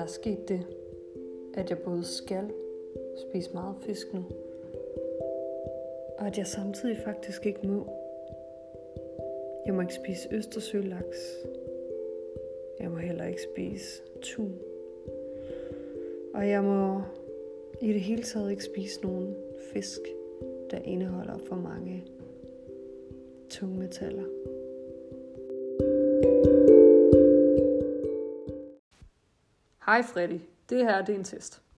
der er sket det, at jeg både skal spise meget fisk nu, og at jeg samtidig faktisk ikke må. Jeg må ikke spise østersølaks. Jeg må heller ikke spise tun. Og jeg må i det hele taget ikke spise nogen fisk, der indeholder for mange tungmetaller. Hej Freddy, det her er en test.